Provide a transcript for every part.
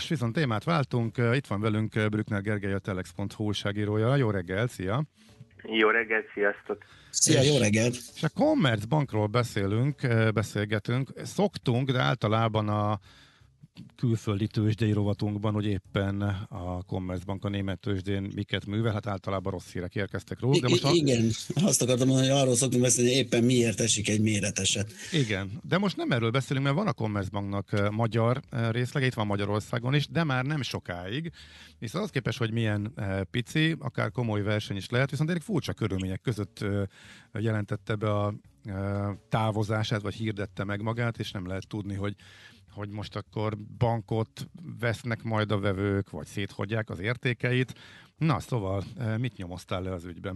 és viszont témát váltunk. Itt van velünk Brückner Gergely, a telex.hu újságírója. Jó reggel, szia! Jó reggelt, sziasztok! Szia, jó reggelt! És a Commerzbankról beszélgetünk. Szoktunk, de általában a külföldi tőzsdei rovatunkban, hogy éppen a Commerzbank a német tőzsdén miket művel, hát általában rossz hírek érkeztek róla. De most igen, azt akartam mondani, hogy arról szoktunk beszélni, hogy éppen miért esik egy méreteset. Igen, de most nem erről beszélünk, mert van a Commerzbanknak magyar részlege, itt van Magyarországon is, de már nem sokáig. Viszont az képest, hogy milyen pici, akár komoly verseny is lehet, viszont elég furcsa körülmények között jelentette be a távozását, vagy hirdette meg magát, és nem lehet tudni, hogy most akkor bankot vesznek majd a vevők, vagy széthagyják az értékeit. Na, szóval mit nyomoztál le az ügyben?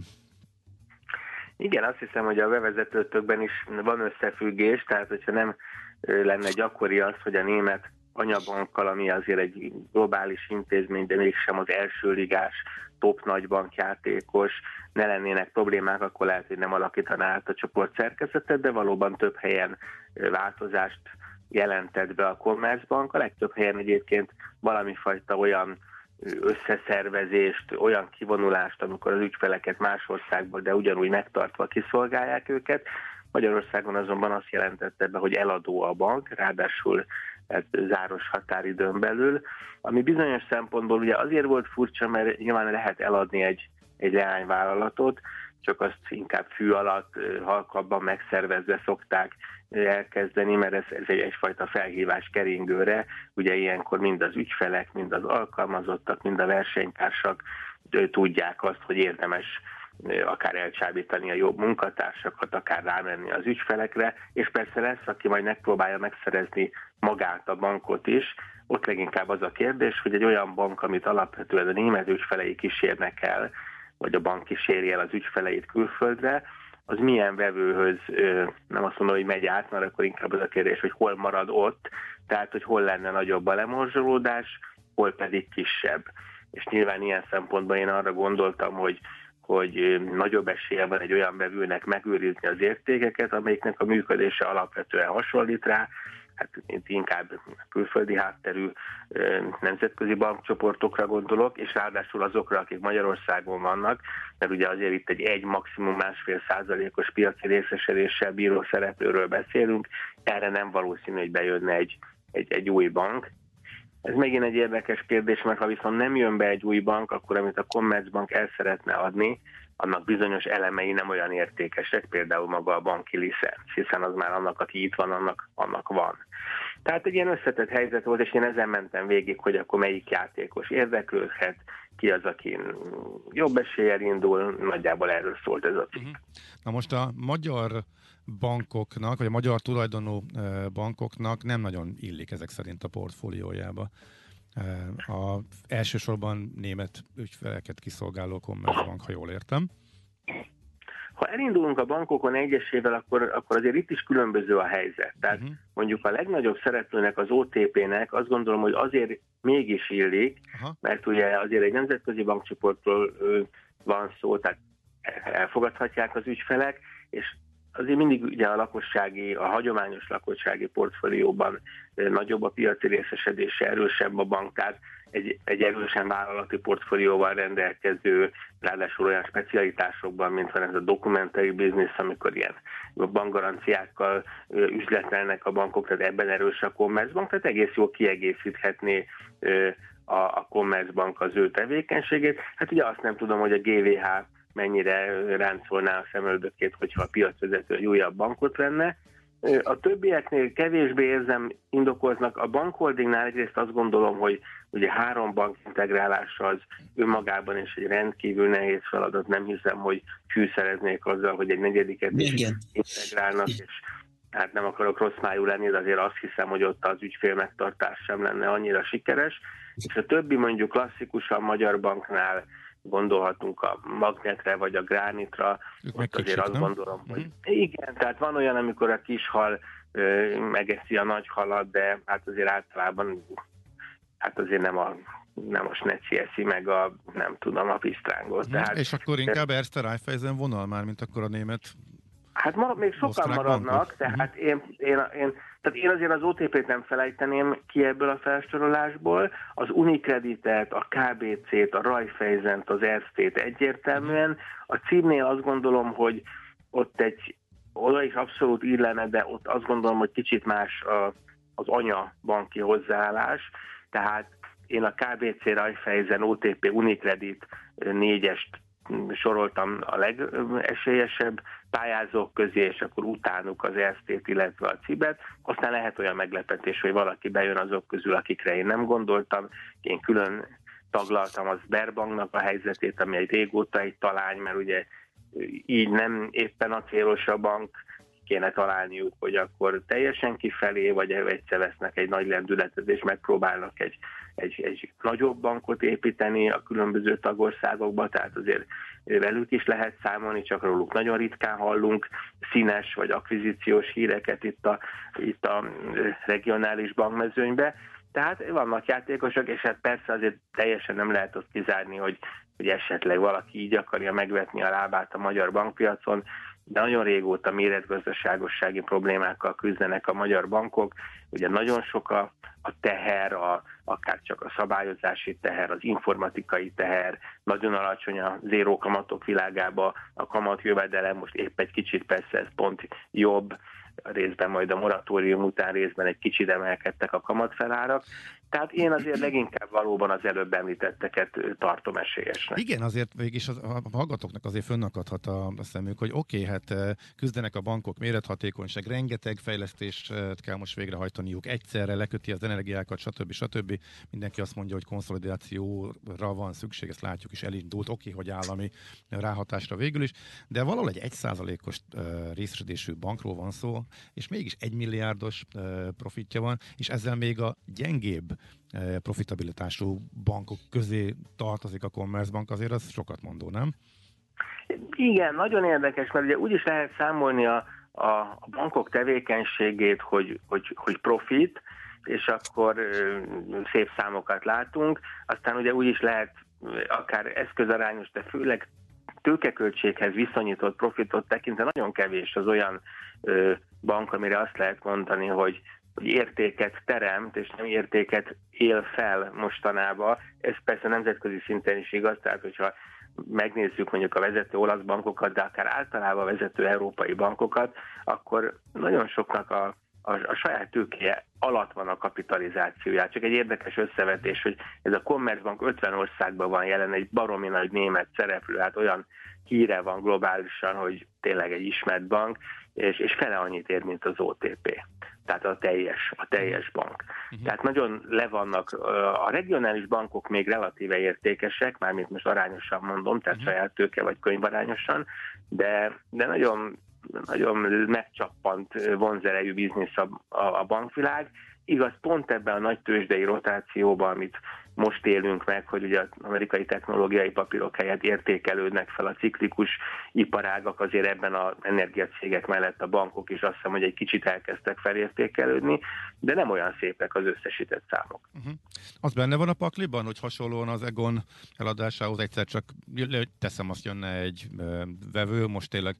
Igen, azt hiszem, hogy a bevezetőtökben is van összefüggés, tehát hogyha nem lenne gyakori az, hogy a német anyabankkal, ami azért egy globális intézmény, de mégsem az első ligás top nagybankjátékos, ne lennének problémák, akkor lehet, hogy nem alakítaná át a csoport szerkezetet, de valóban több helyen változást jelentett be a Commerzbank. A legtöbb helyen egyébként valami fajta olyan összeszervezést, olyan kivonulást, amikor az ügyfeleket más országból, de ugyanúgy megtartva kiszolgálják őket. Magyarországon azonban azt jelentette be, hogy eladó a bank, ráadásul záros határidőn belül, ami bizonyos szempontból ugye azért volt furcsa, mert nyilván lehet eladni egy leányvállalatot, csak azt inkább fű alatt, halkabban megszervezve szokták elkezdeni, mert ez egyfajta felhívás keringőre. Ugye ilyenkor mind az ügyfelek, mind az alkalmazottak, mind a versenytársak tudják azt, hogy érdemes akár elcsábítani a jobb munkatársakat, akár rámenni az ügyfelekre, és persze lesz, aki majd megpróbálja megszerezni magát a bankot is. Ott leginkább az a kérdés, hogy egy olyan bank, amit alapvetően a német ügyfelei kísérnek el, vagy a bank kíséri el az ügyfeleit külföldre, az milyen vevőhöz, nem azt mondom, hogy megy át, mert akkor inkább az a kérdés, hogy hol marad ott, tehát hogy hol lenne nagyobb a lemorzsolódás, hol pedig kisebb. És nyilván ilyen szempontban én arra gondoltam, hogy nagyobb esélye van egy olyan vevőnek megőrizni az értékeket, amelyiknek a működése alapvetően hasonlít rá, hát inkább külföldi hátterű nemzetközi bankcsoportokra gondolok, és ráadásul azokra, akik Magyarországon vannak, mert ugye azért itt egy maximum 1,5%-os piaci részesedéssel bíró szereplőről beszélünk, erre nem valószínű, hogy bejönne egy új bank. Ez megint egy érdekes kérdés, mert ha viszont nem jön be egy új bank, akkor amit a Commerzbank el szeretne adni, annak bizonyos elemei nem olyan értékesek, például maga a banki licenc, hiszen az már annak, aki itt van, annak van. Tehát egy ilyen összetett helyzet volt, és én ezen mentem végig, hogy akkor melyik játékos érdeklődhet, ki az, aki jobb eséllyel indul, nagyjából erről szólt ez a cikk. Na most a magyar bankoknak, vagy a magyar tulajdonú bankoknak nem nagyon illik ezek szerint a portfóliójába. Elsősorban német ügyfeleket kiszolgáló Commerzbank, ha jól értem. Ha elindulunk a bankokon egyesével, akkor azért itt is különböző a helyzet. Tehát mondjuk a legnagyobb szereplőnek, az OTP-nek azt gondolom, hogy azért mégis illik, mert ugye azért egy nemzetközi bankcsoportról van szó, tehát elfogadhatják az ügyfelek, és azért mindig ugye a hagyományos lakossági portfólióban nagyobb a piaci részesedése, erősebb a bank, tehát egy erősen vállalati portfólióval rendelkező, ráadásul olyan specialitásokban, mint van ez a documentary business, amikor ilyen bankgaranciákkal üzletelnek a bankok, tehát ebben erős a Commerzbank, tehát egész jól kiegészíthetné a Commerzbank az ő tevékenységét. Hát ugye azt nem tudom, hogy a GVH mennyire ráncolná a szemöldökét, hogyha a piacvezető egy újabb bankot venne. A többieknél kevésbé érzem indokoznak. A bankholdingnál egyrészt azt gondolom, hogy ugye 3 bank integrálása az önmagában is egy rendkívül nehéz feladat. Nem hiszem, hogy fűszereznék azzal, hogy egy negyediket is integrálnak, és hát nem akarok rossz májú lenni, de azért azt hiszem, hogy ott az ügyfél megtartás sem lenne annyira sikeres. És a többi mondjuk klasszikusan magyar banknál gondolhatunk a Magnetre vagy a Gránitra, ott azért azt gondolom, hogy igen, tehát van olyan, amikor a kis hal megeszi a nagy halat, de hát azért általában hát azért nem a sneci eszi meg a pisztrángot. Tehát, és akkor inkább Erste Raiffeisen vonal már, mint akkor a német. Hát még sokan maradnak, tehát én Tehát én azért az OTP-t nem felejteném ki ebből a felsorolásból, az Unikreditet, a KBC-t, a Raiffeisent, az Erstet egyértelműen. A címnél azt gondolom, hogy ott oda is abszolút illene, de ott azt gondolom, hogy kicsit más az anyabanki hozzáállás, tehát én a KBC, Raiffeisen, OTP, Unicredit 4-est soroltam a legesélyesebb pályázók közé, és akkor utánuk az Erstet, illetve a Cibet. Aztán lehet olyan meglepetés, hogy valaki bejön azok közül, akikre én nem gondoltam. Én külön taglaltam a Sberbanknak a helyzetét, ami egy régóta egy talány, mert ugye így nem éppen a célos a bank, kéne találniuk, hogy akkor teljesen kifelé, vagy egyszer vesznek egy nagy lendületet, és megpróbálnak egy nagyobb bankot építeni a különböző tagországokba, tehát azért velük is lehet számolni, csak róluk nagyon ritkán hallunk színes vagy akvizíciós híreket itt a regionális bankmezőnybe. Tehát vannak játékosok, és hát persze azért teljesen nem lehet azt kizárni, hogy esetleg valaki így akarja megvetni a lábát a magyar bankpiacon, de nagyon régóta méretgazdaságossági problémákkal küzdenek a magyar bankok. Ugye nagyon sok a teher, akár csak a szabályozási teher, az informatikai teher, nagyon alacsony a zéró kamatok világába, a kamatjövedelem most épp egy kicsit, persze ez pont jobb, részben majd a moratórium után részben egy kicsit emelkedtek a kamatfelárak. Tehát én azért leginkább valóban az előbb említetteket tartom esélyesnek. Igen, azért végig a hallgatóknak azért fönnakadhat a szemük, hogy oké, hát küzdenek a bankok, mérethatékonyság, rengeteg fejlesztést kell most végrehajtaniuk, egyszerre leköti az energiákat, stb. Mindenki azt mondja, hogy konszolidációra van szükség, ezt látjuk is, elindult, oké, hogy állami ráhatásra végül is, de valahol egy 1%-os részesedésű bankról van szó, és mégis 1 milliárdos profitja van, és ezzel még a gyengébb profitabilitású bankok közé tartozik a Commerzbank, azért az sokat mondó, nem? Igen, nagyon érdekes, mert ugye úgy is lehet számolni a bankok tevékenységét, hogy profit, és akkor szép számokat látunk, aztán ugye úgy is lehet akár eszközarányos, de főleg tőkeköltséghez viszonyított profitot tekintve nagyon kevés az olyan bank, amire azt lehet mondani, hogy értéket teremt, és nem értéket él fel mostanában. Ez persze nemzetközi szinten is igaz, tehát hogyha megnézzük mondjuk a vezető olasz bankokat, de akár általában vezető európai bankokat, akkor nagyon soknak a saját tőkéje alatt van a kapitalizációja. Csak egy érdekes összevetés, hogy ez a Commerzbank 50 országban van jelen, egy baromi nagy német szereplő, hát olyan híre van globálisan, hogy tényleg egy ismert bank, és fele annyit ér, mint az OTP. Tehát a teljes bank. Tehát nagyon le vannak, a regionális bankok még relatíve értékesek, mármint most arányosan mondom, tehát saját tőke vagy könyvarányosan, de nagyon, nagyon megcsappant vonzerejű biznisz a bankvilág. Igaz, pont ebben a nagy tőzsdei rotációban, amit most élünk meg, hogy ugye az amerikai technológiai papírok helyett értékelődnek fel a ciklikus iparágak, azért ebben az energiacégek mellett a bankok is azt hiszem, hogy egy kicsit elkezdtek felértékelődni, de nem olyan szépek az összesített számok. Az benne van a pakliban, hogy hasonlóan az Egon eladásához egyszer csak teszem, azt jönne egy vevő, most tényleg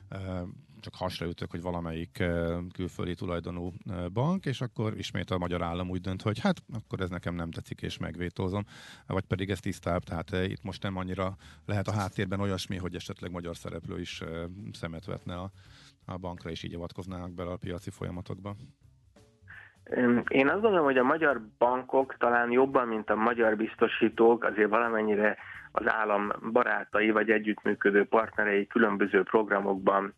csak hasraütök, hogy valamelyik külföldi tulajdonú bank, és akkor ismét a magyar állam úgy dönt, hogy hát akkor ez nekem nem tetszik, és megvétózom, vagy pedig ez tisztább, tehát itt most nem annyira lehet a háttérben olyasmi, hogy esetleg magyar szereplő is szemet vetne a bankra, és így avatkoznának bele a piaci folyamatokba. Én azt gondolom, hogy a magyar bankok talán jobban, mint a magyar biztosítók, azért valamennyire az állam barátai vagy együttműködő partnerei különböző programokban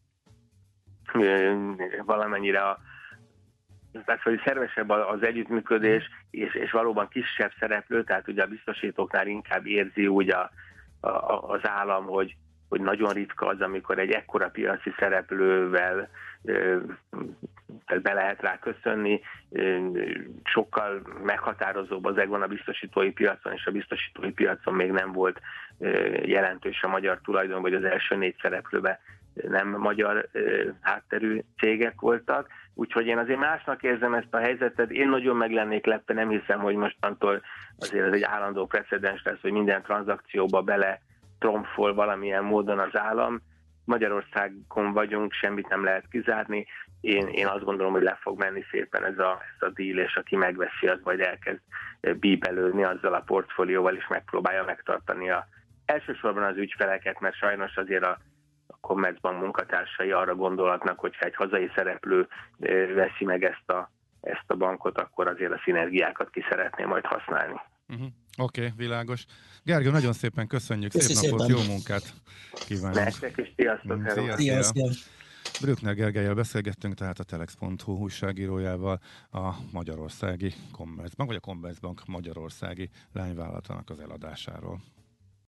valamennyire tehát, hogy szervesebb az együttműködés, és valóban kisebb szereplő, tehát ugye a biztosítóknál inkább érzi úgy az állam, hogy nagyon ritka az, amikor egy ekkora piaci szereplővel tehát be lehet rá köszönni, sokkal meghatározóbb az Egon a biztosítói piacon, és a biztosítói piacon még nem volt jelentős a magyar tulajdon, vagy az első 4 szereplőben nem magyar hátterű cégek voltak, úgyhogy én azért másnak érzem ezt a helyzetet, én nagyon meg lennék lepve, nem hiszem, hogy mostantól azért ez egy állandó precedens lesz, hogy minden tranzakcióba bele tromfol valamilyen módon az állam. Magyarországon vagyunk, semmit nem lehet kizárni. Én azt gondolom, hogy le fog menni szépen ez a deal, és aki megveszi, az majd elkezd bíbelődni azzal a portfólióval, és megpróbálja megtartani elsősorban az ügyfeleket, mert sajnos azért a Commerzbank munkatársai arra gondolhatnak, hogyha egy hazai szereplő veszi meg ezt a bankot, akkor azért a szinergiákat ki szeretné majd használni. Oké, világos. Gergő, nagyon szépen köszönjük, szép napot, jó munkát kívánunk. Nektek is, sziasztok! Sziasztok! Brückner Gergellyel beszélgettünk, tehát a Telex.hu újságírójával a magyarországi Commerzbank, vagy a Commerzbank magyarországi lányvállalatának az eladásáról.